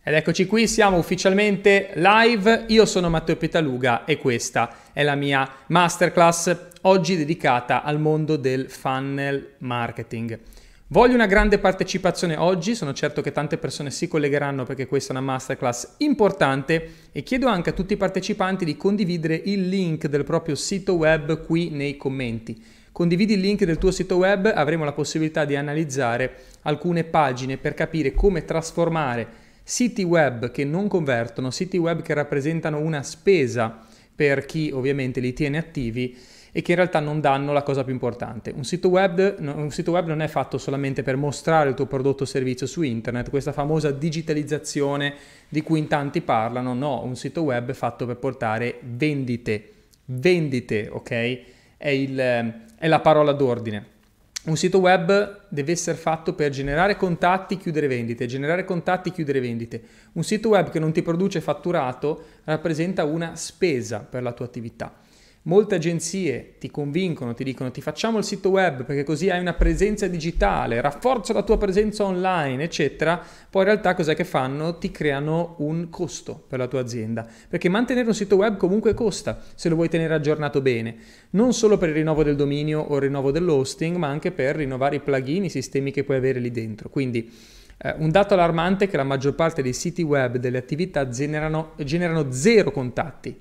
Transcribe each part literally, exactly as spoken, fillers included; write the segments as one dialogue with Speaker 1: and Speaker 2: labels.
Speaker 1: Ed eccoci qui, siamo ufficialmente live. Io sono Matteo Pietaluga e questa è la mia masterclass oggi dedicata al mondo del funnel marketing. Voglio una grande partecipazione oggi, sono certo che tante persone si collegheranno perché questa è una masterclass importante e chiedo anche a tutti i partecipanti di condividere il link del proprio sito web qui nei commenti. Condividi il link del tuo sito web, avremo la possibilità di analizzare alcune pagine per capire come trasformare siti web che non convertono, siti web che rappresentano una spesa per chi ovviamente li tiene attivi e che in realtà non danno la cosa più importante. Un sito web, un sito web non è fatto solamente per mostrare il tuo prodotto o servizio su internet, questa famosa digitalizzazione di cui in tanti parlano. No, un sito web è fatto per portare vendite. Vendite, ok? È, il, è la parola d'ordine. Un sito web deve essere fatto per generare contatti, chiudere vendite, generare contatti, chiudere vendite. Un sito web che non ti produce fatturato rappresenta una spesa per la tua attività. Molte agenzie ti convincono, ti dicono ti facciamo il sito web perché così hai una presenza digitale, rafforza la tua presenza online, eccetera. Poi in realtà cos'è che fanno? Ti creano un costo per la tua azienda, perché mantenere un sito web comunque costa se lo vuoi tenere aggiornato bene, non solo per il rinnovo del dominio o il rinnovo dell'hosting, ma anche per rinnovare i plugin, i sistemi che puoi avere lì dentro. Quindi eh, un dato allarmante è che la maggior parte dei siti web, delle attività generano, generano zero contatti,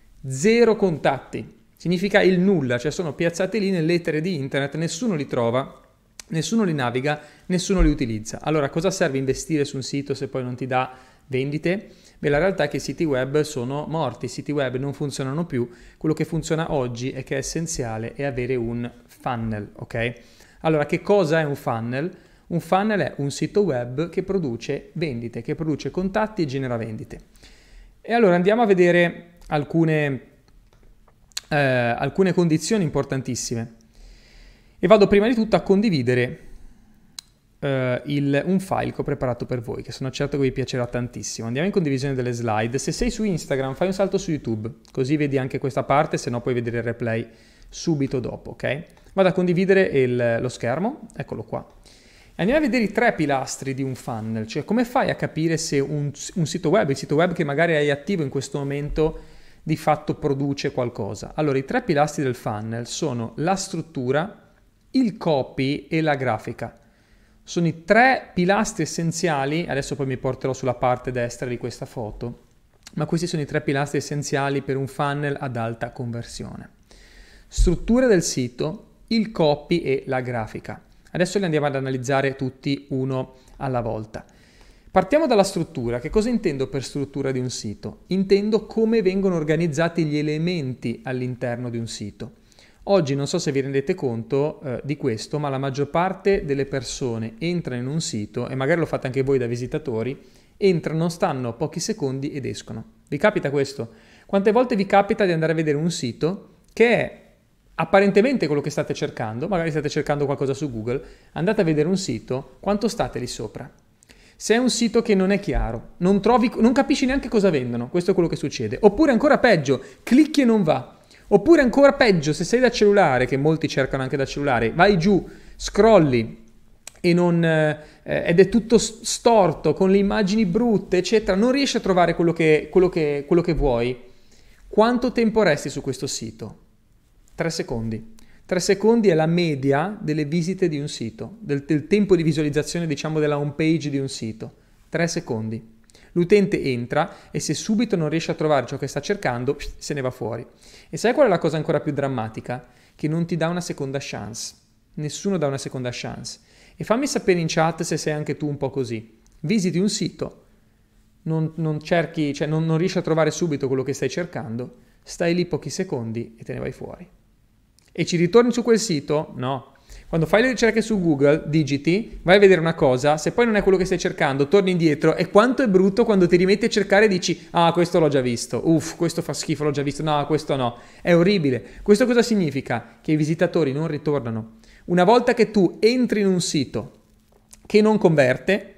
Speaker 1: zero contatti. Significa il nulla, cioè sono piazzati lì nell'etere di internet, nessuno li trova, nessuno li naviga, nessuno li utilizza. Allora cosa serve investire su un sito se poi non ti dà vendite? Beh, la realtà è che i siti web sono morti, i siti web non funzionano più. Quello che funziona oggi e che è essenziale è avere un funnel, ok? Allora che cosa è un funnel? Un funnel è un sito web che produce vendite, che produce contatti e genera vendite. E allora andiamo a vedere alcune... Eh, alcune condizioni importantissime e vado prima di tutto a condividere eh, il, un file che ho preparato per voi, che sono certo che vi piacerà tantissimo. Andiamo in condivisione delle slide. Se sei su Instagram fai un salto su YouTube, così vedi anche questa parte, se no puoi vedere il replay subito dopo, ok? Vado a condividere il, lo schermo, eccolo qua. Andiamo a vedere i tre pilastri di un funnel, cioè come fai a capire se un, un sito web, il sito web che magari hai attivo in questo momento di fatto produce qualcosa. Allora, i tre pilastri del funnel sono la struttura, il copy e la grafica. Sono i tre pilastri essenziali, adesso poi mi porterò sulla parte destra di questa foto, ma questi sono i tre pilastri essenziali per un funnel ad alta conversione. Struttura del sito, il copy e la grafica. Adesso li andiamo ad analizzare tutti uno alla volta. Partiamo dalla struttura. Che cosa intendo per struttura di un sito? Intendo come vengono organizzati gli elementi all'interno di un sito. Oggi non so se vi rendete conto eh, di questo, ma la maggior parte delle persone entrano in un sito, e magari lo fate anche voi da visitatori, entrano, stanno pochi secondi ed escono. Vi capita questo? Quante volte vi capita di andare a vedere un sito che è apparentemente quello che state cercando, magari state cercando qualcosa su Google, andate a vedere un sito, quanto state lì sopra? Se è un sito che non è chiaro, non, trovi, non capisci neanche cosa vendono, questo è quello che succede. Oppure ancora peggio, clicchi e non va. Oppure ancora peggio, se sei da cellulare, che molti cercano anche da cellulare, vai giù, scrolli e non, eh, ed è tutto storto, con le immagini brutte, eccetera, non riesci a trovare quello che, quello che, quello che vuoi. Quanto tempo resti su questo sito? Tre secondi. tre secondi è la media delle visite di un sito, del, del tempo di visualizzazione, diciamo, della home page di un sito. tre secondi. L'utente entra e se subito non riesce a trovare ciò che sta cercando, se ne va fuori. E sai qual è la cosa ancora più drammatica? Che non ti dà una seconda chance. Nessuno dà una seconda chance. E fammi sapere in chat se sei anche tu un po' così. Visiti un sito, non, non cerchi, cioè non, non riesci a trovare subito quello che stai cercando, stai lì pochi secondi e te ne vai fuori. E ci ritorni su quel sito? No. Quando fai le ricerche su Google, digiti, vai a vedere una cosa, se poi non è quello che stai cercando, torni indietro e quanto è brutto quando ti rimetti a cercare e dici ah, questo l'ho già visto, uff, questo fa schifo, l'ho già visto, no, questo no. È orribile. Questo cosa significa? Che i visitatori non ritornano. Una volta che tu entri in un sito che non converte,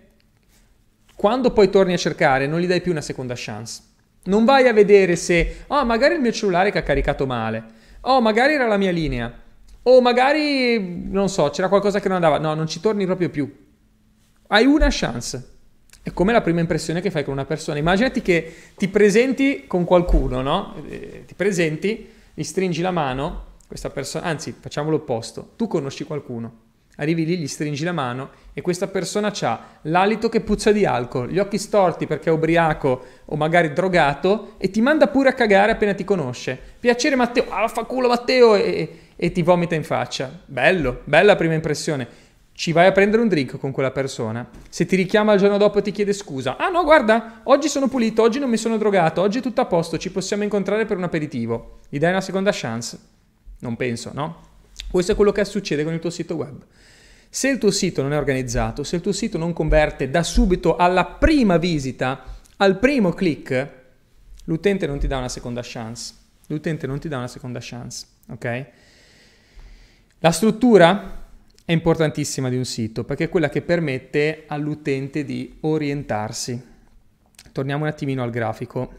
Speaker 1: quando poi torni a cercare non gli dai più una seconda chance. Non vai a vedere se, ah, magari il mio cellulare che ha caricato male. Oh, magari era la mia linea. O magari, non so, c'era qualcosa che non andava. No, non ci torni proprio più. Hai una chance. è come la prima impressione che fai con una persona. Immaginati che ti presenti con qualcuno, no? Eh, ti presenti, gli stringi la mano, questa persona, anzi facciamo l'opposto, tu conosci qualcuno, arrivi lì, gli stringi la mano e questa persona ha l'alito che puzza di alcol, gli occhi storti perché è ubriaco o magari drogato e ti manda pure a cagare appena ti conosce. Piacere Matteo, ah fa culo Matteo e, e ti vomita in faccia. Bello, bella prima impressione. Ci vai a prendere un drink con quella persona. Se ti richiama il giorno dopo e ti chiede scusa. Ah no, guarda, oggi sono pulito, oggi non mi sono drogato, oggi è tutto a posto, ci possiamo incontrare per un aperitivo. Gli dai una seconda chance? Non penso, no? Questo è quello che succede con il tuo sito web. Se il tuo sito non è organizzato, se il tuo sito non converte da subito alla prima visita, al primo click, l'utente non ti dà una seconda chance. L'utente non ti dà una seconda chance, ok? La struttura è importantissima di un sito perché è quella che permette all'utente di orientarsi. Torniamo un attimino al grafico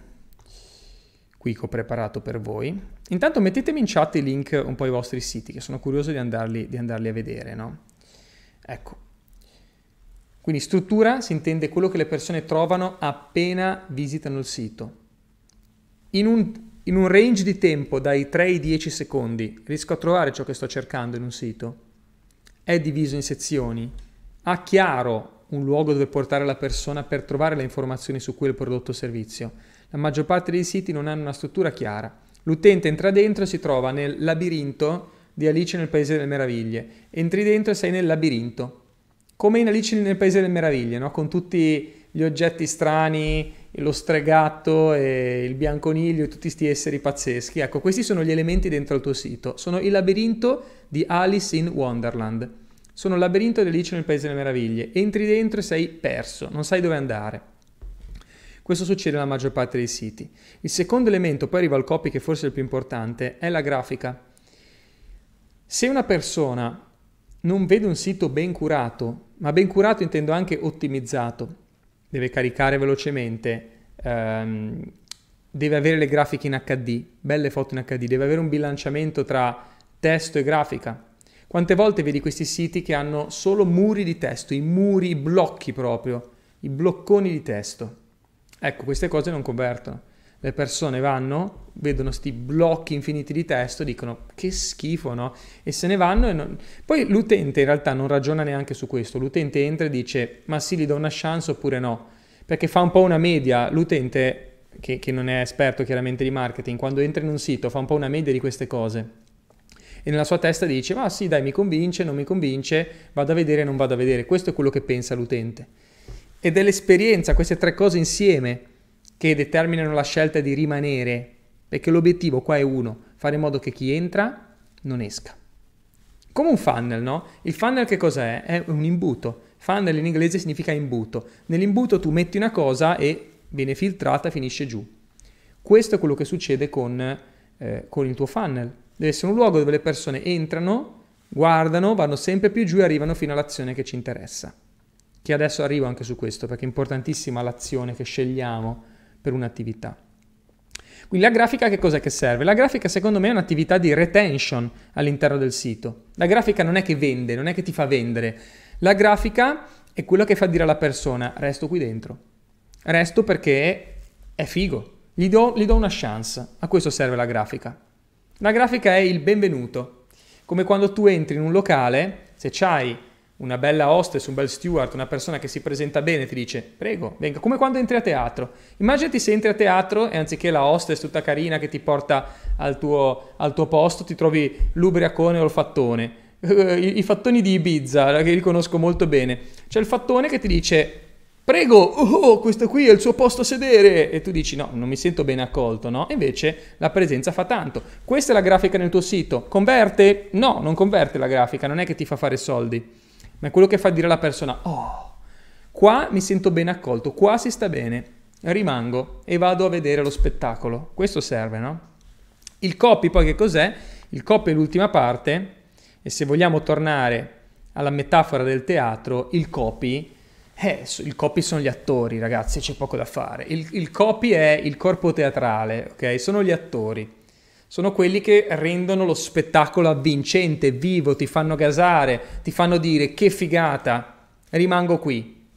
Speaker 1: qui che ho preparato per voi. Intanto mettetemi in chat i link un po' ai vostri siti, che sono curioso di andarli, di andarli a vedere, no? Ecco. Quindi struttura si intende quello che le persone trovano appena visitano il sito. In un, in un range di tempo dai tre ai dieci secondi riesco a trovare ciò che sto cercando in un sito? È diviso in sezioni, ha chiaro un luogo dove portare la persona per trovare le informazioni su quel prodotto o servizio. La maggior parte dei siti non hanno una struttura chiara. L'utente entra dentro e si trova nel labirinto di Alice nel Paese delle Meraviglie. Entri dentro e sei nel labirinto, come in Alice nel Paese delle Meraviglie, no? Con tutti gli oggetti strani, lo stregatto e il bianconiglio e tutti questi esseri pazzeschi. Ecco, questi sono gli elementi dentro il tuo sito. Sono il labirinto di Alice in Wonderland. Sono il labirinto di Alice nel Paese delle Meraviglie. Entri dentro e sei perso, non sai dove andare. Questo succede nella maggior parte dei siti. Il secondo elemento, poi arriva al copy che forse è il più importante, è la grafica. Se una persona non vede un sito ben curato, ma ben curato intendo anche ottimizzato, deve caricare velocemente, ehm, deve avere le grafiche in acca di, belle foto in acca di, deve avere un bilanciamento tra testo e grafica. Quante volte vedi questi siti che hanno solo muri di testo, i muri, i blocchi proprio, i blocconi di testo. Ecco, queste cose non convertono. Le persone vanno, vedono sti blocchi infiniti di testo, dicono che schifo, no? E se ne vanno e non... Poi l'utente in realtà non ragiona neanche su questo. L'utente entra e dice ma sì, gli do una chance oppure no. Perché fa un po' una media. L'utente, che, che non è esperto chiaramente di marketing, quando entra in un sito fa un po' una media di queste cose. E nella sua testa dice ma sì, dai, mi convince, non mi convince, vado a vedere, non vado a vedere. Questo è quello che pensa l'utente. Ed è l'esperienza, queste tre cose insieme, che determinano la scelta di rimanere, perché l'obiettivo qua è uno, fare in modo che chi entra non esca. Come un funnel, no? Il funnel che cos'è? È un imbuto. Funnel in inglese significa imbuto. Nell'imbuto tu metti una cosa e viene filtrata e finisce giù. Questo è quello che succede con, eh, con il tuo funnel. Deve essere un luogo dove le persone entrano, guardano, vanno sempre più giù e arrivano fino all'azione che ci interessa. Che adesso arrivo anche su questo, perché è importantissima l'azione che scegliamo per un'attività. Quindi la grafica che cos'è che serve? La grafica secondo me è un'attività di retention all'interno del sito. La grafica non è che vende, non è che ti fa vendere. La grafica è quello che fa dire alla persona resto qui dentro. Resto perché è figo. Gli do, gli do una chance. A questo serve la grafica. La grafica è il benvenuto. Come quando tu entri in un locale, se c'hai una bella hostess, un bel steward, una persona che si presenta bene, ti dice prego, venga, come quando entri a teatro. Immaginati se entri a teatro e anziché la hostess tutta carina che ti porta al tuo, al tuo posto, ti trovi l'ubriacone o il fattone. I, I fattoni di Ibiza, che riconosco molto bene. C'è il fattone che ti dice prego, oh, questo qui è il suo posto a sedere. E tu dici no, non mi sento bene accolto, no? Invece la presenza fa tanto. Questa è la grafica nel tuo sito. Converte? No, non converte la grafica, non è che ti fa fare soldi. Ma è quello che fa dire alla persona, oh, qua mi sento ben accolto, qua si sta bene, rimango e vado a vedere lo spettacolo. Questo serve, no? Il copy poi che cos'è? Il copy è l'ultima parte e se vogliamo tornare alla metafora del teatro, il copy, eh, il copy sono gli attori, ragazzi, c'è poco da fare. Il, il copy è il corpo teatrale, ok? Sono gli attori. Sono quelli che rendono lo spettacolo avvincente, vivo, ti fanno gasare, ti fanno dire che figata, rimango qui.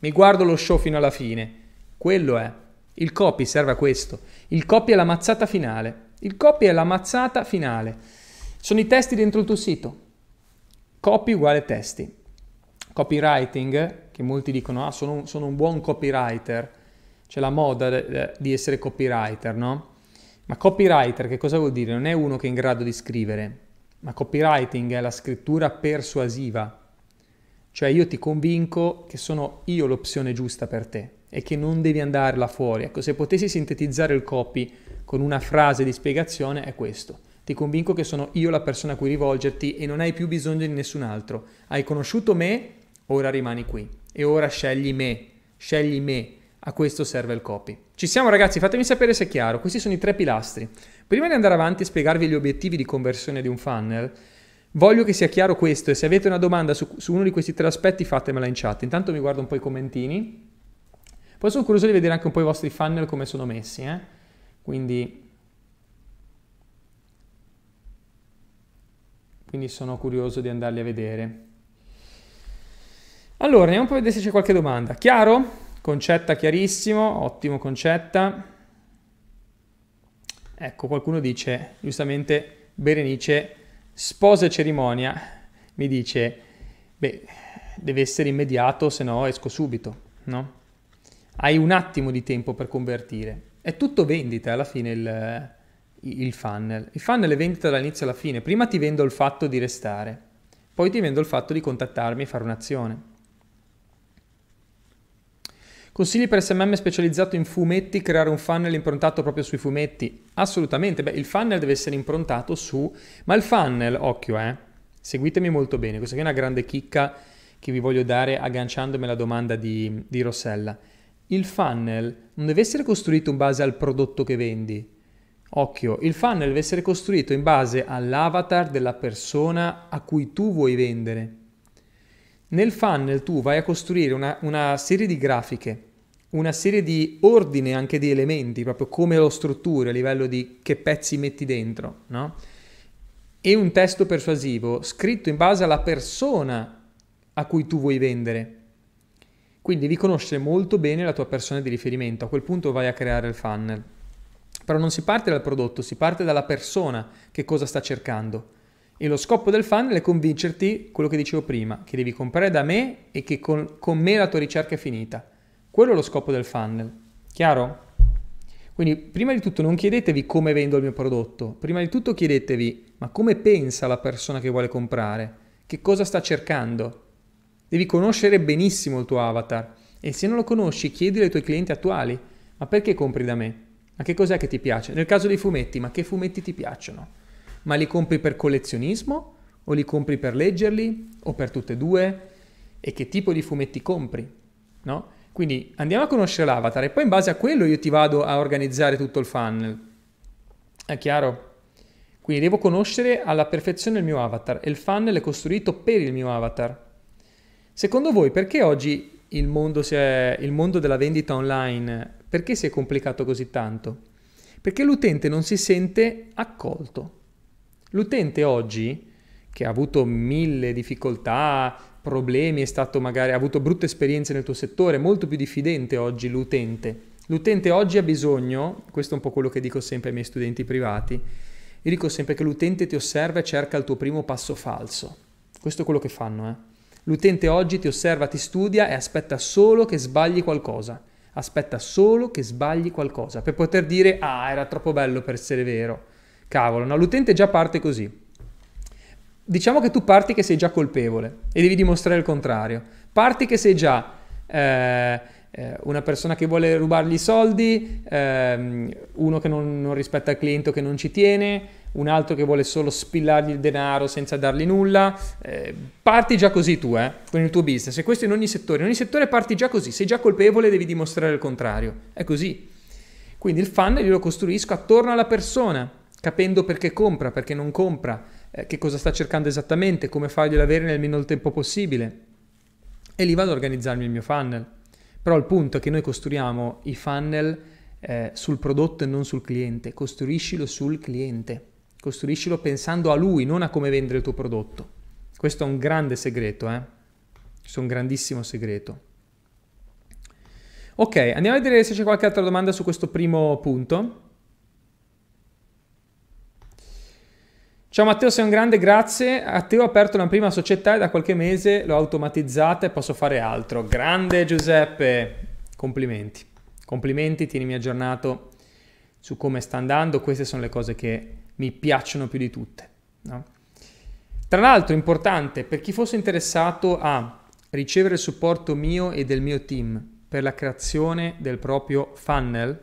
Speaker 1: mi guardo lo show fino alla fine. Quello è. Il copy serve a questo. Il copy è la mazzata finale. Il copy è la mazzata finale. Sono i testi dentro il tuo sito. Copy uguale testi. Copywriting, che molti dicono, ah, sono, sono un buon copywriter. C'è la moda di essere copywriter, no? Ma copywriter che cosa vuol dire? Non è uno che è in grado di scrivere, ma copywriting è la scrittura persuasiva. Cioè io ti convinco che sono io l'opzione giusta per te e che non devi andare là fuori. Ecco, se potessi sintetizzare il copy con una frase di spiegazione è questo. Ti convinco che sono io la persona a cui rivolgerti e non hai più bisogno di nessun altro. Hai conosciuto me, ora rimani qui. E ora scegli me, scegli me. A questo serve il copy. Ci siamo ragazzi, fatemi sapere se è chiaro. Questi sono i tre pilastri. Prima di andare avanti e spiegarvi gli obiettivi di conversione di un funnel, voglio che sia chiaro questo e se avete una domanda su, su uno di questi tre aspetti fatemela in chat. Intanto mi guardo un po' i commentini. Poi sono curioso di vedere anche un po' i vostri funnel come sono messi. Eh? Quindi, quindi sono curioso di andarli a vedere. Allora, andiamo un po' a vedere se c'è qualche domanda. Chiaro? Concetta chiarissimo, ottimo Concetta. Ecco, qualcuno dice, giustamente, Berenice, sposa e cerimonia, mi dice, beh, deve essere immediato, se no esco subito, no? Hai un attimo di tempo per convertire. È tutto vendita alla fine il, il funnel. Il funnel è vendita dall'inizio alla fine. Prima ti vendo il fatto di restare, poi ti vendo il fatto di contattarmi e fare un'azione. Consigli per S M M specializzato in fumetti, creare un funnel improntato proprio sui fumetti? Assolutamente, beh, il funnel deve essere improntato su... Ma il funnel, occhio eh, seguitemi molto bene, questa qui è una grande chicca che vi voglio dare agganciandomi alla domanda di, di Rossella. Il funnel non deve essere costruito in base al prodotto che vendi. Occhio, il funnel deve essere costruito in base all'avatar della persona a cui tu vuoi vendere. Nel funnel tu vai a costruire una, una serie di grafiche, una serie di ordine anche di elementi, proprio come lo strutturi a livello di che pezzi metti dentro, no? E un testo persuasivo scritto in base alla persona a cui tu vuoi vendere. Quindi devi conoscere molto bene la tua persona di riferimento, a quel punto vai a creare il funnel. Però non si parte dal prodotto, si parte dalla persona che cosa sta cercando. E lo scopo del funnel è convincerti, quello che dicevo prima, che devi comprare da me e che con, con me la tua ricerca è finita. Quello è lo scopo del funnel. Chiaro? Quindi prima di tutto non chiedetevi come vendo il mio prodotto, prima di tutto chiedetevi ma come pensa la persona che vuole comprare, che cosa sta cercando. Devi conoscere benissimo il tuo avatar e se non lo conosci chiedilo ai tuoi clienti attuali, ma perché compri da me? Ma che cos'è che ti piace? Nel caso dei fumetti, ma che fumetti ti piacciono? Ma li compri per collezionismo o li compri per leggerli o per tutte e due? E che tipo di fumetti compri? No? Quindi andiamo a conoscere l'avatar e poi in base a quello io ti vado a organizzare tutto il funnel. È chiaro? Quindi devo conoscere alla perfezione il mio avatar e il funnel è costruito per il mio avatar. Secondo voi perché oggi il mondo, si è, il mondo della vendita online, perché si è complicato così tanto? Perché l'utente non si sente accolto. L'utente oggi, che ha avuto mille difficoltà, problemi, è stato magari, ha avuto brutte esperienze nel tuo settore, è molto più diffidente oggi l'utente. L'utente oggi ha bisogno, questo è un po' quello che dico sempre ai miei studenti privati, io dico sempre che l'utente ti osserva e cerca il tuo primo passo falso. Questo è quello che fanno, eh. L'utente oggi ti osserva, ti studia e aspetta solo che sbagli qualcosa. Aspetta solo che sbagli qualcosa per poter dire, ah, era troppo bello per essere vero. Cavolo, no? L'utente già parte così. Diciamo che tu parti che sei già colpevole e devi dimostrare il contrario. Parti che sei già eh, eh, una persona che vuole rubargli i soldi, eh, uno che non, non rispetta il cliente o che non ci tiene, un altro che vuole solo spillargli il denaro senza dargli nulla. Eh, parti già così tu, eh, con il tuo business. E questo in ogni settore. In ogni settore parti già così. Sei già colpevole e devi dimostrare il contrario. È così. Quindi il funnel io lo costruisco attorno alla persona, capendo perché compra, perché non compra, eh, che cosa sta cercando esattamente, come farglielo avere nel minor tempo possibile. E lì vado ad organizzarmi il mio funnel. Però il punto è che noi costruiamo i funnel eh, sul prodotto e non sul cliente. Costruiscilo sul cliente. Costruiscilo pensando a lui, non a come vendere il tuo prodotto. Questo è un grande segreto, eh? Questo è un grandissimo segreto. Ok, andiamo a vedere se c'è qualche altra domanda su questo primo punto. Ciao Matteo, sei un grande, grazie. A te ho aperto la prima società e da qualche mese l'ho automatizzata e posso fare altro. Grande Giuseppe, complimenti. Complimenti, tienimi aggiornato su come sta andando. Queste sono le cose che mi piacciono più di tutte, no? Tra l'altro, importante, per chi fosse interessato a ricevere il supporto mio e del mio team per la creazione del proprio funnel,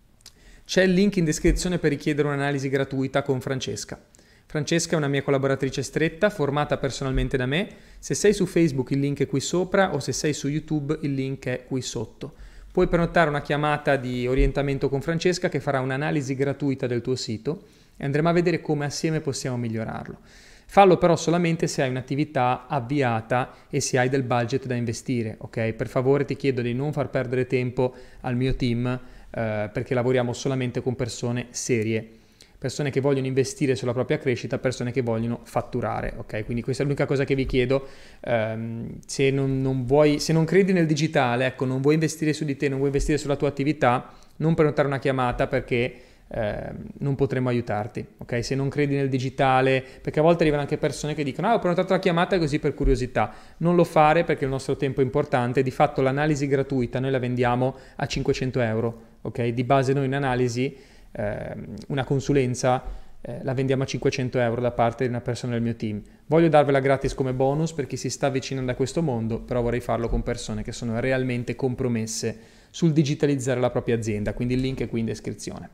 Speaker 1: c'è il link in descrizione per richiedere un'analisi gratuita con Francesca. Francesca è una mia collaboratrice stretta, formata personalmente da me. Se sei su Facebook il link è qui sopra o se sei su YouTube il link è qui sotto. Puoi prenotare una chiamata di orientamento con Francesca che farà un'analisi gratuita del tuo sito e andremo a vedere come assieme possiamo migliorarlo. Fallo però solamente se hai un'attività avviata e se hai del budget da investire, ok? Per favore ti chiedo di non far perdere tempo al mio team eh, perché lavoriamo solamente con persone serie, persone che vogliono investire sulla propria crescita, persone che vogliono fatturare, ok? Quindi questa è l'unica cosa che vi chiedo. Um, se non, non vuoi, se non credi nel digitale, ecco, non vuoi investire su di te, non vuoi investire sulla tua attività, non prenotare una chiamata perché Eh, non potremo aiutarti, ok? Se non credi nel digitale, perché a volte arrivano anche persone che dicono ah, ho prenotato la chiamata così per curiosità. Non lo fare perché il nostro tempo è importante. Di fatto l'analisi gratuita noi la vendiamo a cinquecento euro, ok? Di base noi un'analisi, eh, una consulenza eh, la vendiamo a cinquecento euro da parte di una persona del mio team. Voglio darvela gratis come bonus per chi si sta avvicinando a questo mondo, però vorrei farlo con persone che sono realmente compromesse sul digitalizzare la propria azienda, quindi il link è qui in descrizione.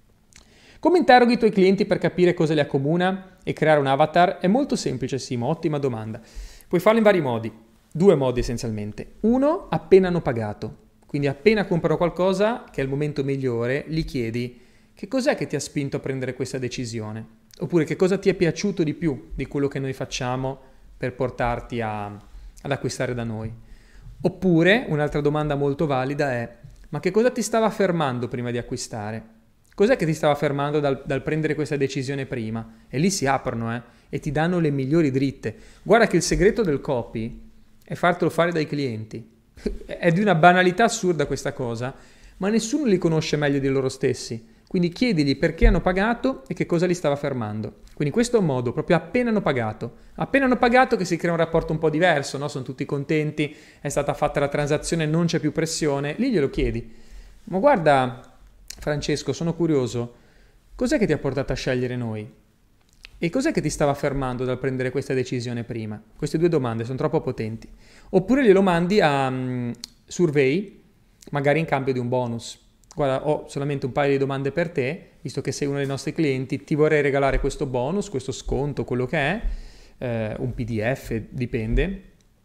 Speaker 1: Come interroghi i tuoi clienti per capire cosa li accomuna e creare un avatar? È molto semplice, Simo, ottima domanda. Puoi farlo in vari modi, due modi essenzialmente. Uno, appena hanno pagato, quindi appena comprano qualcosa, che è il momento migliore, gli chiedi che cos'è che ti ha spinto a prendere questa decisione? Oppure che cosa ti è piaciuto di più di quello che noi facciamo per portarti a, ad acquistare da noi? Oppure, un'altra domanda molto valida è, ma che cosa ti stava fermando prima di acquistare? Cos'è che ti stava fermando dal, dal prendere questa decisione prima? E lì si aprono, eh, e ti danno le migliori dritte. Guarda che il segreto del copy è fartelo fare dai clienti. È di una banalità assurda questa cosa, ma nessuno li conosce meglio di loro stessi. Quindi chiedigli perché hanno pagato e che cosa li stava fermando. Quindi questo è un modo, proprio appena hanno pagato. Appena hanno pagato che si crea un rapporto un po' diverso, no? Sono tutti contenti, è stata fatta la transazione, non c'è più pressione. Lì glielo chiedi. Ma guarda Francesco, sono curioso, cos'è che ti ha portato a scegliere noi? E cos'è che ti stava fermando dal prendere questa decisione prima? Queste due domande sono troppo potenti. Oppure glielo mandi a um, Survey, magari in cambio di un bonus. Guarda, ho solamente un paio di domande per te, visto che sei uno dei nostri clienti, ti vorrei regalare questo bonus, questo sconto, quello che è, eh, un P D F, dipende,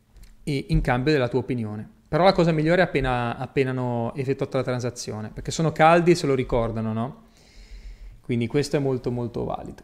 Speaker 1: e in cambio della tua opinione. Però la cosa migliore è appena, appena hanno effettuato la transazione, perché sono caldi e se lo ricordano, no? Quindi questo è molto molto valido.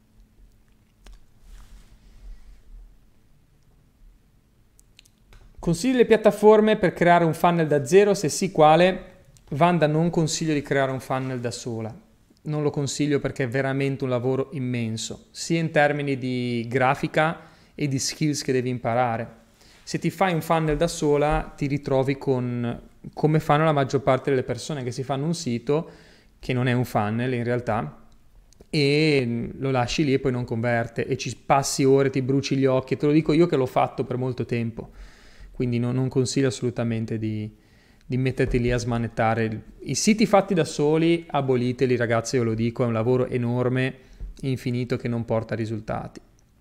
Speaker 1: Consigli le piattaforme per creare un funnel da zero? Se sì, quale? Wanda, non consiglio di creare un funnel da sola. Non lo consiglio perché è veramente un lavoro immenso, sia in termini di grafica e di skills che devi imparare. Se ti fai un funnel da sola ti ritrovi con come fanno la maggior parte delle persone che si fanno un sito che non è un funnel in realtà e lo lasci lì e poi non converte e ci passi ore, ti bruci gli occhi, te lo dico io che l'ho fatto per molto tempo, quindi no, non consiglio assolutamente di, di metterti lì a smanettare. I siti fatti da soli aboliteli ragazzi, io lo dico, è un lavoro enorme, infinito che non porta risultati.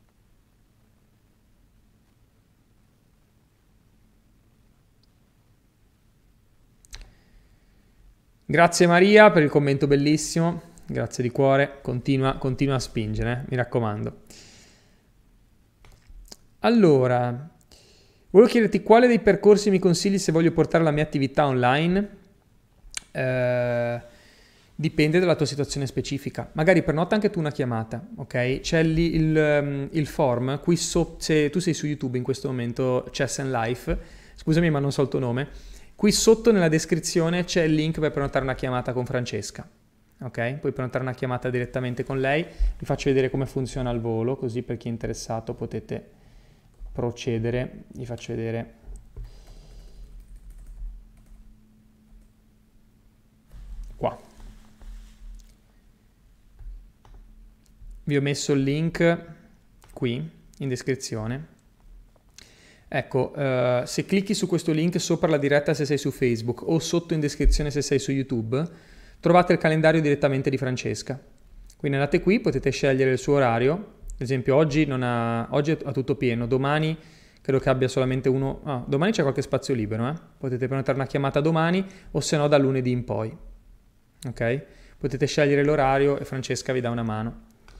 Speaker 1: Grazie Maria per il commento bellissimo, grazie di cuore, continua, continua a spingere, eh? Mi raccomando. Allora, volevo chiederti quale dei percorsi mi consigli se voglio portare la mia attività online? Eh, dipende dalla tua situazione specifica, magari prenota anche tu una chiamata, ok? C'è lì il, il form, qui so, se tu sei su YouTube in questo momento, Chess and Life, scusami ma non so il tuo nome. Qui sotto nella descrizione c'è il link per prenotare una chiamata con Francesca, ok? Puoi prenotare una chiamata direttamente con lei, vi faccio vedere come funziona al volo, così per chi è interessato potete procedere, vi faccio vedere. vi ho messo il link qui in descrizione. Ecco, uh, se clicchi su questo link sopra la diretta se sei su Facebook o sotto in descrizione se sei su YouTube, trovate il calendario direttamente di Francesca. Quindi andate qui, potete scegliere il suo orario. Ad esempio oggi, non ha, oggi ha tutto pieno, domani credo che abbia solamente uno... Ah, domani c'è qualche spazio libero, eh? Potete prenotare una chiamata domani o se no da lunedì in poi. Ok? Potete scegliere l'orario e Francesca vi dà una mano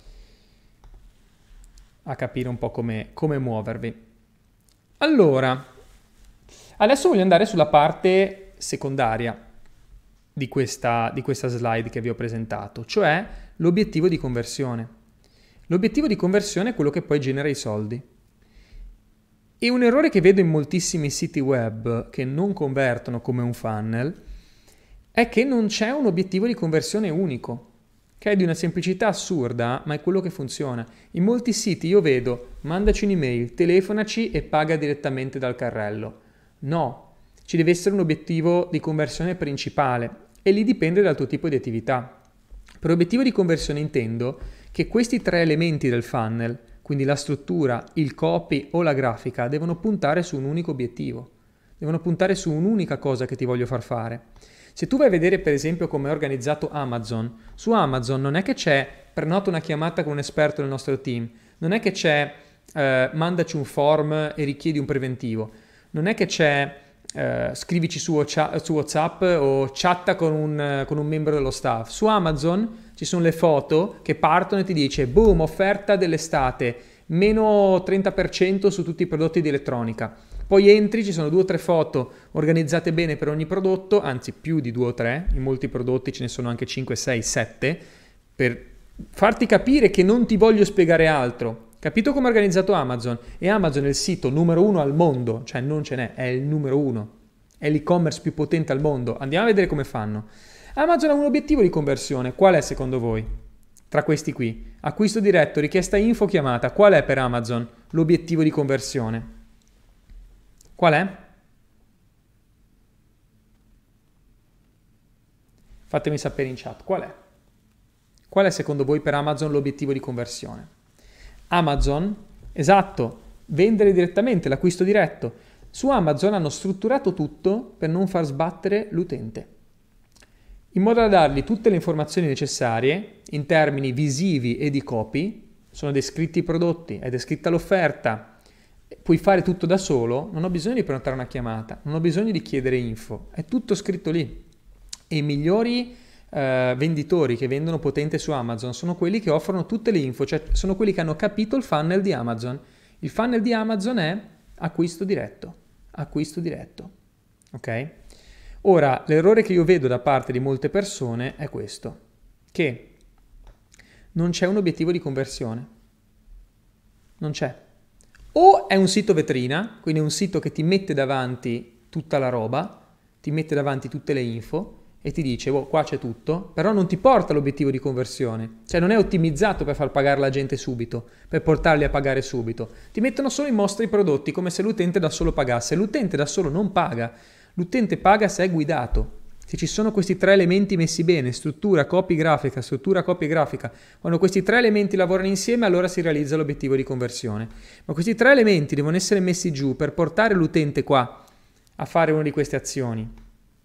Speaker 1: a capire un po' come, come muovervi. Allora, adesso voglio andare sulla parte secondaria di questa, di questa slide che vi ho presentato, cioè l'obiettivo di conversione. L'obiettivo di conversione è quello che poi genera i soldi. E un errore che vedo in moltissimi siti web che non convertono come un funnel è che non c'è un obiettivo di conversione unico, che è di una semplicità assurda, ma è quello che funziona. In molti siti io vedo, mandaci un'email, telefonaci e paga direttamente dal carrello. No, ci deve essere un obiettivo di conversione principale e lì dipende dal tuo tipo di attività. Per obiettivo di conversione intendo che questi tre elementi del funnel, quindi la struttura, il copy o la grafica, devono puntare su un unico obiettivo, devono puntare su un'unica cosa che ti voglio far fare. Se tu vai a vedere per esempio come è organizzato Amazon, su Amazon non è che c'è prenota una chiamata con un esperto del nostro team, non è che c'è eh, mandaci un form e richiedi un preventivo, non è che c'è eh, scrivici su, su WhatsApp o chatta con un, con un membro dello staff. Su Amazon ci sono le foto che partono e ti dice boom, offerta dell'estate, meno trenta per cento su tutti i prodotti di elettronica. Poi entri, ci sono due o tre foto organizzate bene per ogni prodotto, anzi più di due o tre, in molti prodotti ce ne sono anche cinque, sei, sette, per farti capire che non ti voglio spiegare altro. Capito come è organizzato Amazon? E Amazon è il sito numero uno al mondo, cioè non ce n'è, è il numero uno, è l'e-commerce più potente al mondo. Andiamo a vedere come fanno. Amazon ha un obiettivo di conversione, qual è secondo voi? Tra questi qui, acquisto diretto, richiesta info, chiamata, qual è per Amazon l'obiettivo di conversione? Qual è? Fatemi sapere in chat, qual è? Qual è secondo voi per Amazon l'obiettivo di conversione? Amazon, esatto, vendere direttamente, l'acquisto diretto. Su Amazon hanno strutturato tutto per non far sbattere l'utente, in modo da dargli tutte le informazioni necessarie in termini visivi e di copy. Sono descritti i prodotti, è descritta l'offerta, puoi fare tutto da solo, non ho bisogno di prenotare una chiamata, non ho bisogno di chiedere info, è tutto scritto lì. E i migliori eh, venditori che vendono potente su Amazon sono quelli che offrono tutte le info, cioè sono quelli che hanno capito il funnel di Amazon. Il funnel di Amazon è acquisto diretto, acquisto diretto, ok? Ora, l'errore che io vedo da parte di molte persone è questo, che non c'è un obiettivo di conversione, non c'è. O è un sito vetrina, quindi è un sito che ti mette davanti tutta la roba, ti mette davanti tutte le info e ti dice, oh, qua c'è tutto, però non ti porta l'obiettivo di conversione, cioè non è ottimizzato per far pagare la gente subito, per portarli a pagare subito. Ti mettono solo in mostra i prodotti come se l'utente da solo pagasse. L'utente da solo non paga, l'utente paga se è guidato. Se ci sono questi tre elementi messi bene, struttura, copy, grafica, struttura, copy, grafica, quando questi tre elementi lavorano insieme allora si realizza l'obiettivo di conversione. Ma questi tre elementi devono essere messi giù per portare l'utente qua a fare una di queste azioni.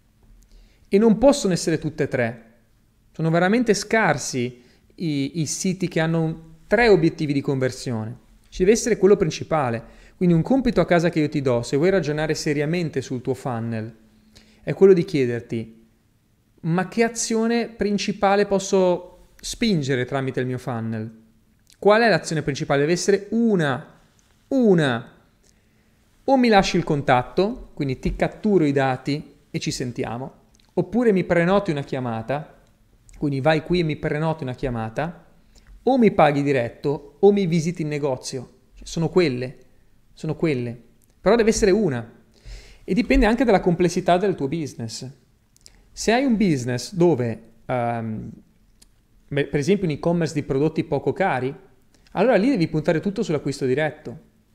Speaker 1: E non possono essere tutte e tre. Sono veramente scarsi i, i siti che hanno un, tre obiettivi di conversione. Ci deve essere quello principale. Quindi un compito a casa che io ti do, se vuoi ragionare seriamente sul tuo funnel, è quello di chiederti, ma che azione principale posso spingere tramite il mio funnel? Qual è l'azione principale? Deve essere una, una. O mi lasci il contatto, quindi ti catturo i dati e ci sentiamo, oppure mi prenoti una chiamata, quindi vai qui e mi prenoti una chiamata, o mi paghi diretto o mi visiti in negozio. Sono quelle, sono quelle. Però deve essere una. E dipende anche dalla complessità del tuo business. Se hai un business dove, um, per esempio un e-commerce di prodotti poco cari, allora lì devi puntare tutto sull'acquisto diretto.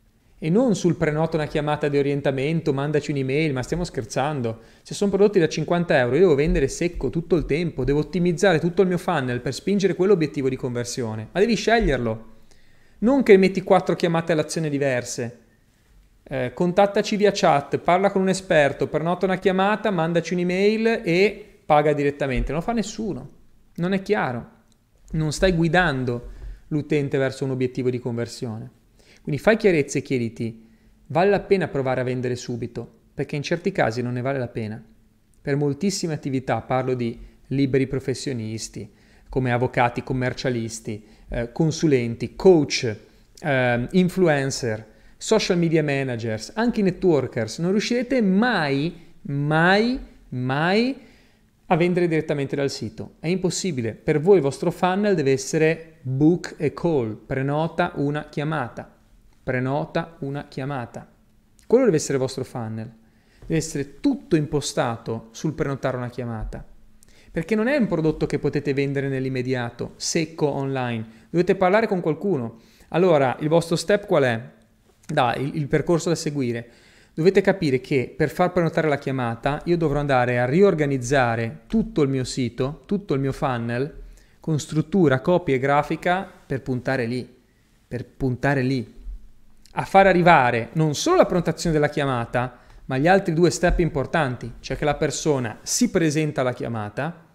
Speaker 1: e non sul prenota una chiamata di orientamento, mandaci un'email, ma stiamo scherzando. Se sono prodotti da cinquanta euro, io devo vendere secco tutto il tempo, devo ottimizzare tutto il mio funnel per spingere quell'obiettivo di conversione, ma devi sceglierlo. Non che metti quattro chiamate all'azione diverse. Eh, contattaci via chat, parla con un esperto, prenota una chiamata, mandaci un'email e paga direttamente. Non lo fa nessuno, non è chiaro, non stai guidando l'utente verso un obiettivo di conversione. Quindi fai chiarezza e chiediti, vale la pena provare a vendere subito? Perché in certi casi non ne vale la pena. Per moltissime attività, parlo di liberi professionisti, come avvocati, commercialisti, eh, consulenti, coach, eh, influencer, social media managers, anche i networkers, non riuscirete mai, mai, mai a vendere direttamente dal sito. È impossibile. Per voi il vostro funnel deve essere book a call, prenota una chiamata. Prenota una chiamata. Quello deve essere il vostro funnel. Deve essere tutto impostato sul prenotare una chiamata. Perché non è un prodotto che potete vendere nell'immediato, secco online. Dovete parlare con qualcuno. Allora, il vostro step qual è? Dai, il, il percorso da seguire. Dovete capire che per far prenotare la chiamata io dovrò andare a riorganizzare tutto il mio sito, tutto il mio funnel, con struttura, copia e grafica per puntare lì. Per puntare lì. A far arrivare non solo la prenotazione della chiamata, ma gli altri due step importanti, cioè che la persona si presenta alla chiamata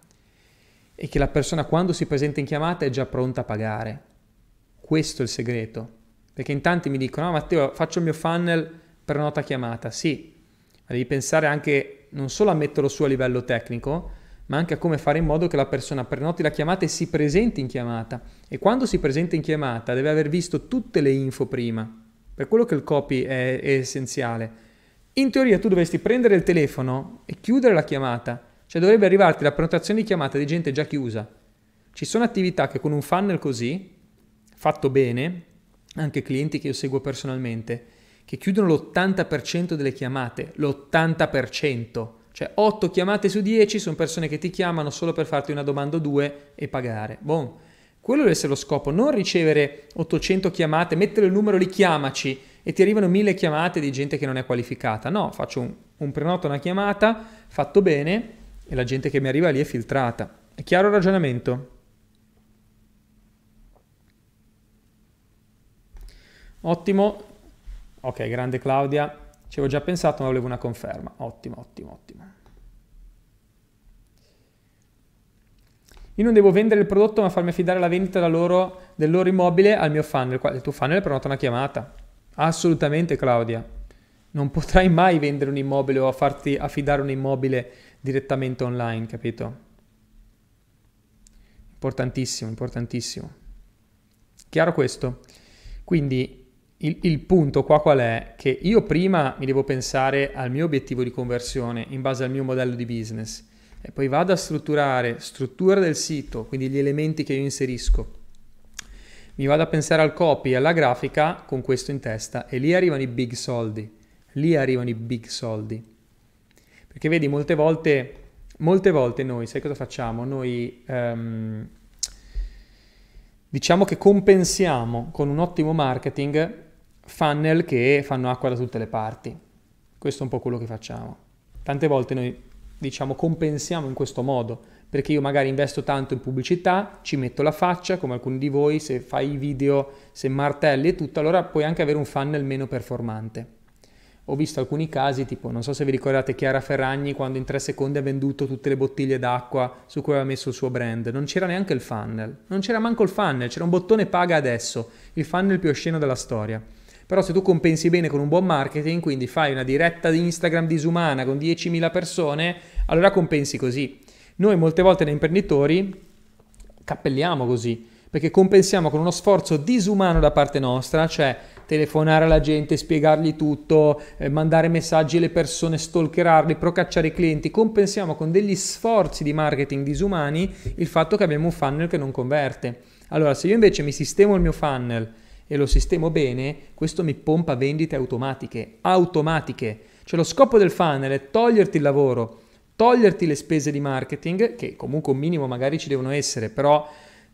Speaker 1: e che la persona quando si presenta in chiamata è già pronta a pagare. Questo è il segreto, perché in tanti mi dicono, no Matteo, faccio il mio funnel prenota chiamata, sì, ma devi pensare anche non solo a metterlo su a livello tecnico, ma anche a come fare in modo che la persona prenoti la chiamata e si presenti in chiamata. E quando si presenta in chiamata deve aver visto tutte le info prima. Per quello che il copy è, è essenziale. In teoria tu dovresti prendere il telefono e chiudere la chiamata, cioè dovrebbe arrivarti la prenotazione di chiamata di gente già chiusa. Ci sono attività che con un funnel così, fatto bene, anche clienti che io seguo personalmente, che chiudono l'ottanta per cento delle chiamate, l'ottanta per cento, cioè otto chiamate su dieci sono persone che ti chiamano solo per farti una domanda o due e pagare. Bon. Quello deve essere lo scopo, non ricevere ottocento chiamate, mettere il numero lì, chiamaci, e ti arrivano mille chiamate di gente che non è qualificata. No, faccio un, un prenoto, una chiamata, fatto bene, e la gente che mi arriva lì è filtrata. È chiaro il ragionamento? Ottimo. Ok, grande Claudia. Ci avevo già pensato, ma volevo una conferma. Ottimo, ottimo, ottimo. Io non devo vendere il prodotto ma farmi affidare la vendita da loro, del loro immobile al mio funnel. Il tuo funnel prenota una chiamata. Assolutamente Claudia. Non potrai mai vendere un immobile o farti affidare un immobile direttamente online, capito? Importantissimo, importantissimo. Chiaro questo? Quindi il, il punto qua qual è? Che io prima mi devo pensare al mio obiettivo di conversione in base al mio modello di business. E poi vado a strutturare, struttura del sito, quindi gli elementi che io inserisco. Mi vado a pensare al copy e alla grafica con questo in testa e lì arrivano i big soldi, lì arrivano i big soldi. Perché vedi, molte volte, molte volte noi, sai cosa facciamo? Noi um, diciamo che compensiamo con un ottimo marketing funnel che fanno acqua da tutte le parti. Questo è un po' quello che facciamo. Tante volte noi diciamo compensiamo in questo modo, perché io magari investo tanto in pubblicità, ci metto la faccia, come alcuni di voi, se fai i video, se martelli e tutto, allora puoi anche avere un funnel meno performante. Ho visto alcuni casi, tipo, non so se vi ricordate Chiara Ferragni, quando in tre secondi ha venduto tutte le bottiglie d'acqua su cui aveva messo il suo brand. Non c'era neanche il funnel, non c'era manco il funnel, c'era un bottone paga adesso, il funnel più osceno della storia. Però se tu compensi bene con un buon marketing, quindi fai una diretta di Instagram disumana con diecimila persone, allora compensi così. Noi molte volte da imprenditori cappelliamo così, perché compensiamo con uno sforzo disumano da parte nostra, cioè telefonare alla gente, spiegargli tutto, eh, mandare messaggi alle persone, stalkerarli, procacciare i clienti. Compensiamo con degli sforzi di marketing disumani il fatto che abbiamo un funnel che non converte. Allora, se io invece mi sistemo il mio funnel e lo sistemo bene, questo mi pompa vendite automatiche, automatiche. Cioè lo scopo del funnel è toglierti il lavoro, toglierti le spese di marketing, che comunque un minimo magari ci devono essere, però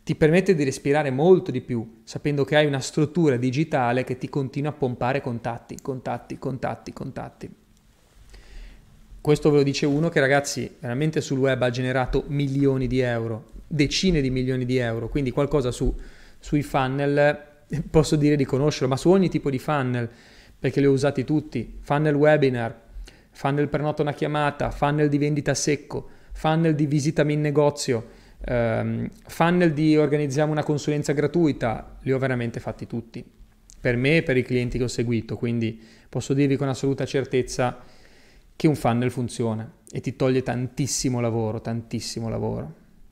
Speaker 1: ti permette di respirare molto di più, sapendo che hai una struttura digitale che ti continua a pompare contatti, contatti, contatti, contatti. Questo ve lo dice uno che, ragazzi, veramente sul web ha generato milioni di euro, decine di milioni di euro, quindi qualcosa su, sui funnel posso dire di conoscerlo, ma su ogni tipo di funnel, perché li ho usati tutti: funnel webinar, funnel prenota una chiamata, funnel di vendita secco, funnel di visitami in negozio, um, funnel di organizziamo una consulenza gratuita, li ho veramente fatti tutti, per me e per i clienti che ho seguito, quindi posso dirvi con assoluta certezza che un funnel funziona e ti toglie tantissimo lavoro, tantissimo lavoro.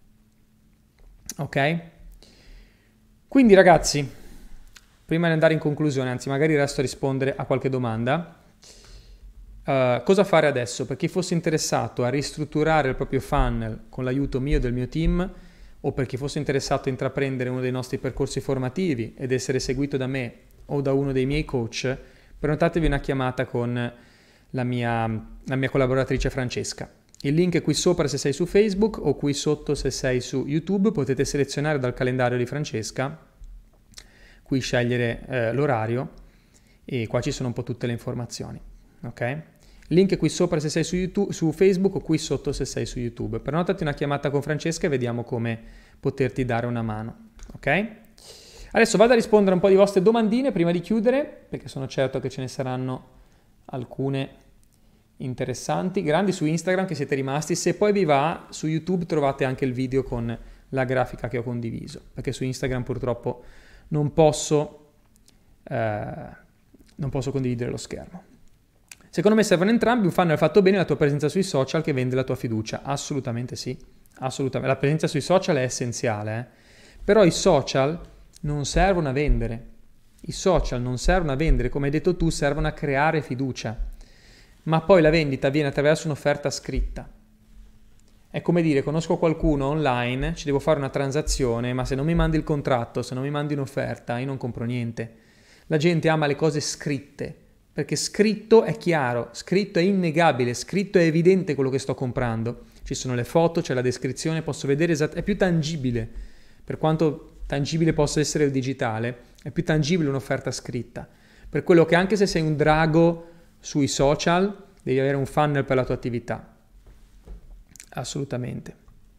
Speaker 1: Ok? Quindi, ragazzi, prima di andare in conclusione, anzi magari resto a rispondere a qualche domanda, uh, cosa fare adesso? Per chi fosse interessato a ristrutturare il proprio funnel con l'aiuto mio e del mio team, o per chi fosse interessato a intraprendere uno dei nostri percorsi formativi ed essere seguito da me o da uno dei miei coach, prenotatevi una chiamata con la mia, la mia collaboratrice Francesca. Il link è qui sopra se sei su Facebook o qui sotto se sei su YouTube. Potete selezionare dal calendario di Francesca, qui scegliere eh, l'orario, e qua ci sono un po' tutte le informazioni. Ok? Link è qui sopra se sei su, YouTube, su Facebook o qui sotto se sei su YouTube. Prenotati una chiamata con Francesca e vediamo come poterti dare una mano. Ok? Adesso vado a rispondere a un po' di vostre domandine prima di chiudere, perché sono certo che ce ne saranno alcune interessanti, grandi su Instagram che siete rimasti. Se poi vi va, su YouTube trovate anche il video con la grafica che ho condiviso, perché su Instagram purtroppo non posso, eh, non posso condividere lo schermo. Secondo me servono entrambi. Un funnel fatto bene, la tua presenza sui social che vende la tua fiducia. Assolutamente sì, assolutamente. La presenza sui social è essenziale, eh? Però i social non servono a vendere. I social non servono a vendere, come hai detto tu, servono a creare fiducia. Ma poi la vendita avviene attraverso un'offerta scritta. È come dire: conosco qualcuno online, ci devo fare una transazione, ma se non mi mandi il contratto, se non mi mandi un'offerta, io non compro niente. La gente ama le cose scritte, perché scritto è chiaro, scritto è innegabile, scritto è evidente quello che sto comprando. Ci sono le foto, c'è la descrizione, posso vedere esattamente, è più tangibile. Per quanto tangibile possa essere il digitale, è più tangibile un'offerta scritta. Per quello che anche se sei un drago sui social, devi avere un funnel per la tua attività. Assolutamente.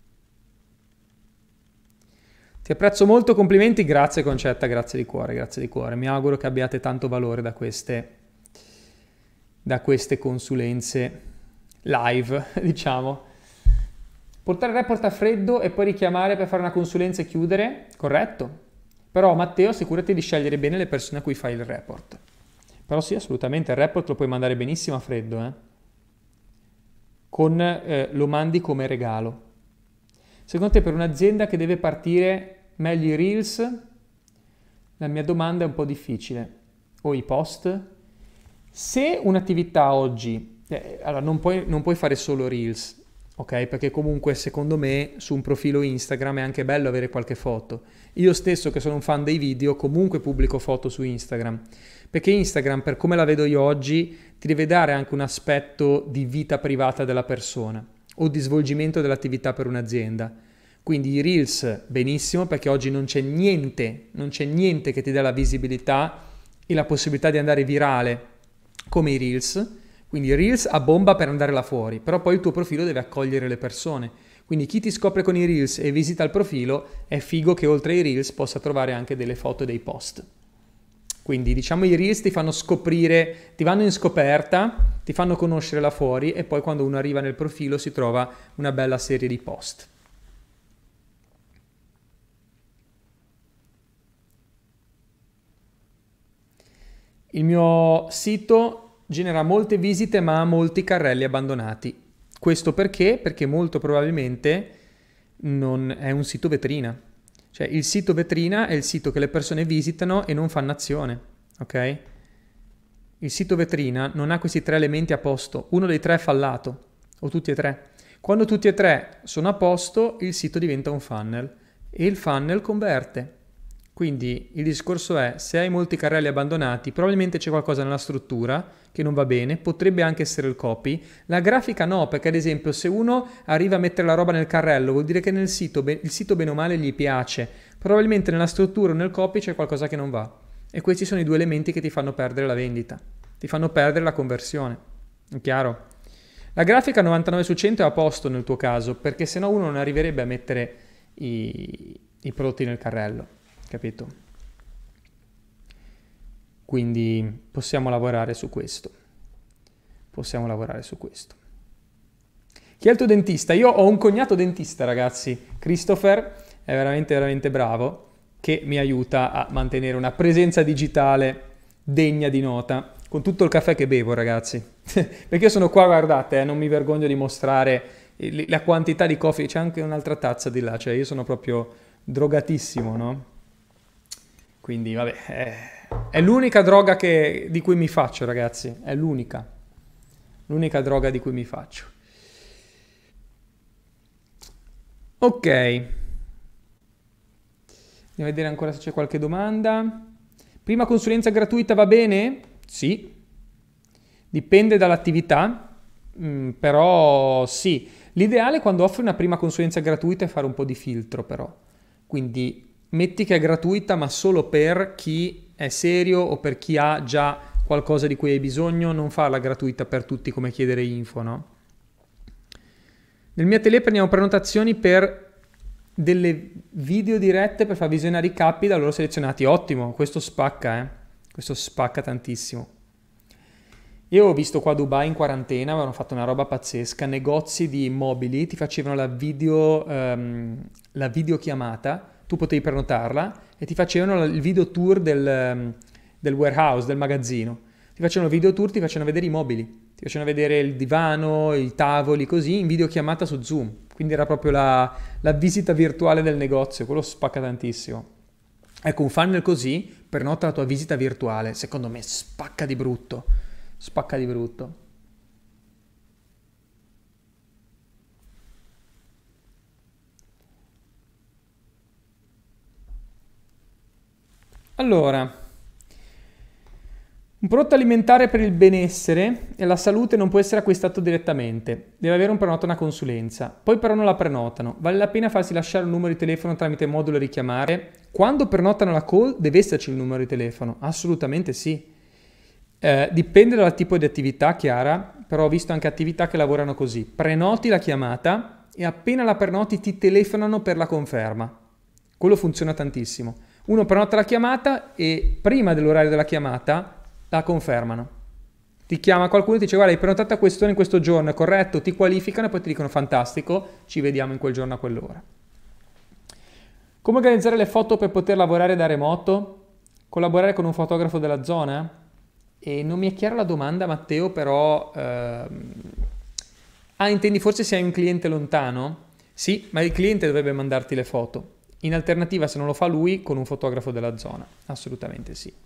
Speaker 1: Ti apprezzo molto, complimenti, grazie Concetta, grazie di cuore, grazie di cuore. Mi auguro che abbiate tanto valore da queste, da queste consulenze live, diciamo. Portare il report a freddo e poi richiamare per fare una consulenza e chiudere, corretto. Però Matteo, assicurati di scegliere bene le persone a cui fai il report. Però sì, assolutamente, il report lo puoi mandare benissimo a freddo, eh? Con, eh, lo mandi come regalo. Secondo te per un'azienda che deve partire meglio i Reels? La mia domanda è un po' difficile. O i post? Se un'attività oggi, eh, allora non puoi, non puoi fare solo Reels, ok? Perché comunque secondo me su un profilo Instagram è anche bello avere qualche foto. Io stesso, che sono un fan dei video, comunque pubblico foto su Instagram. Perché Instagram, per come la vedo io oggi, ti deve dare anche un aspetto di vita privata della persona o di svolgimento dell'attività per un'azienda. Quindi i Reels benissimo, perché oggi non c'è niente, non c'è niente che ti dà la visibilità e la possibilità di andare virale come i Reels. Quindi i Reels a bomba per andare là fuori, però poi il tuo profilo deve accogliere le persone. Quindi chi ti scopre con i Reels e visita il profilo, è figo che oltre ai Reels possa trovare anche delle foto e dei post. Quindi diciamo i Reels ti fanno scoprire, ti vanno in scoperta, ti fanno conoscere là fuori, e poi quando uno arriva nel profilo si trova una bella serie di post. Il mio sito genera molte visite ma ha molti carrelli abbandonati. Questo perché? Perché molto probabilmente non è un sito vetrina. Cioè il sito vetrina è il sito che le persone visitano e non fanno azione, ok? Il sito vetrina non ha questi tre elementi a posto, uno dei tre è fallato, o tutti e tre. Quando tutti e tre sono a posto, il sito diventa un funnel e il funnel converte. Quindi il discorso è: se hai molti carrelli abbandonati, probabilmente c'è qualcosa nella struttura che non va bene, potrebbe anche essere il copy. La grafica no, perché ad esempio se uno arriva a mettere la roba nel carrello, vuol dire che nel sito, il sito bene o male gli piace, probabilmente nella struttura o nel copy c'è qualcosa che non va. E questi sono i due elementi che ti fanno perdere la vendita, ti fanno perdere la conversione. È chiaro? La grafica novantanove su cento è a posto nel tuo caso, perché sennò uno non arriverebbe a mettere i, i prodotti nel carrello, capito? Quindi possiamo lavorare su questo. Possiamo lavorare su questo. Chi è il tuo dentista? Io ho un cognato dentista, ragazzi. Christopher è veramente, veramente bravo, che mi aiuta a mantenere una presenza digitale degna di nota, con tutto il caffè che bevo, ragazzi. Perché io sono qua, guardate, eh, non mi vergogno di mostrare la quantità di coffee. C'è anche un'altra tazza di là, cioè io sono proprio drogatissimo, no? Quindi, vabbè, è, è l'unica droga che, di cui mi faccio, ragazzi. È l'unica. L'unica droga di cui mi faccio. Ok. Andiamo a vedere ancora se c'è qualche domanda. Prima consulenza gratuita va bene? Sì. Dipende dall'attività, mh, però sì. L'ideale quando offri una prima consulenza gratuita è fare un po' di filtro, però. Quindi metti che è gratuita ma solo per chi è serio o per chi ha già qualcosa di cui hai bisogno, non farla gratuita per tutti come chiedere info, no? Nel mio atelier prendiamo prenotazioni per delle video dirette per far visionare i capi da loro selezionati. Ottimo, questo spacca, eh? Questo spacca tantissimo. Io ho visto qua a Dubai in quarantena, avevano fatto una roba pazzesca, negozi di immobili, ti facevano la video, um, la videochiamata, tu potevi prenotarla e ti facevano il video tour del, um, del warehouse, del magazzino. Ti facevano il video tour, ti facevano vedere i mobili, ti facevano vedere il divano, i tavoli, così, in videochiamata su Zoom. Quindi era proprio la, la visita virtuale del negozio, quello spacca tantissimo. Ecco, un funnel così, prenota la tua visita virtuale, secondo me spacca di brutto. Spacca di brutto. Allora, un prodotto alimentare per il benessere e la salute non può essere acquistato direttamente, deve avere un prenoto, una consulenza. Poi però non la prenotano. Vale la pena farsi lasciare un numero di telefono tramite modulo e richiamare? Quando prenotano la call deve esserci il numero di telefono? Assolutamente sì. Eh, dipende dal tipo di attività, Chiara, però ho visto anche attività che lavorano così. Prenoti la chiamata e appena la prenoti ti telefonano per la conferma. Quello funziona tantissimo. Uno prenota la chiamata e prima dell'orario della chiamata la confermano. Ti chiama qualcuno e ti dice guarda hai prenotato a quest'ora in questo giorno, è corretto? Ti qualificano e poi ti dicono fantastico, ci vediamo in quel giorno a quell'ora. Come organizzare le foto per poter lavorare da remoto? Collaborare con un fotografo della zona? E non mi è chiara la domanda, Matteo, però... Ehm... Ah, intendi forse se hai un cliente lontano? Sì, ma il cliente dovrebbe mandarti le foto. In alternativa, se non lo fa lui, con un fotografo della zona. Assolutamente sì.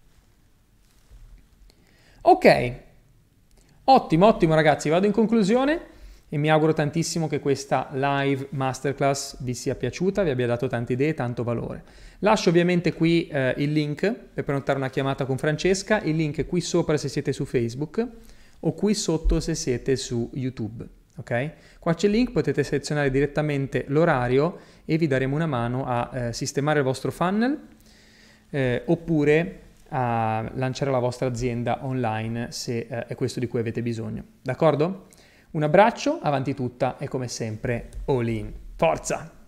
Speaker 1: Ok. Ottimo, ottimo ragazzi. Vado in conclusione e mi auguro tantissimo che questa live masterclass vi sia piaciuta, vi abbia dato tante idee, tanto valore. Lascio ovviamente qui eh, il link per prenotare una chiamata con Francesca, il link è qui sopra se siete su Facebook o qui sotto se siete su YouTube, ok? Qua c'è il link, potete selezionare direttamente l'orario e vi daremo una mano a eh, sistemare il vostro funnel eh, oppure a lanciare la vostra azienda online se eh, è questo di cui avete bisogno, d'accordo? Un abbraccio, avanti tutta e come sempre all in. Forza!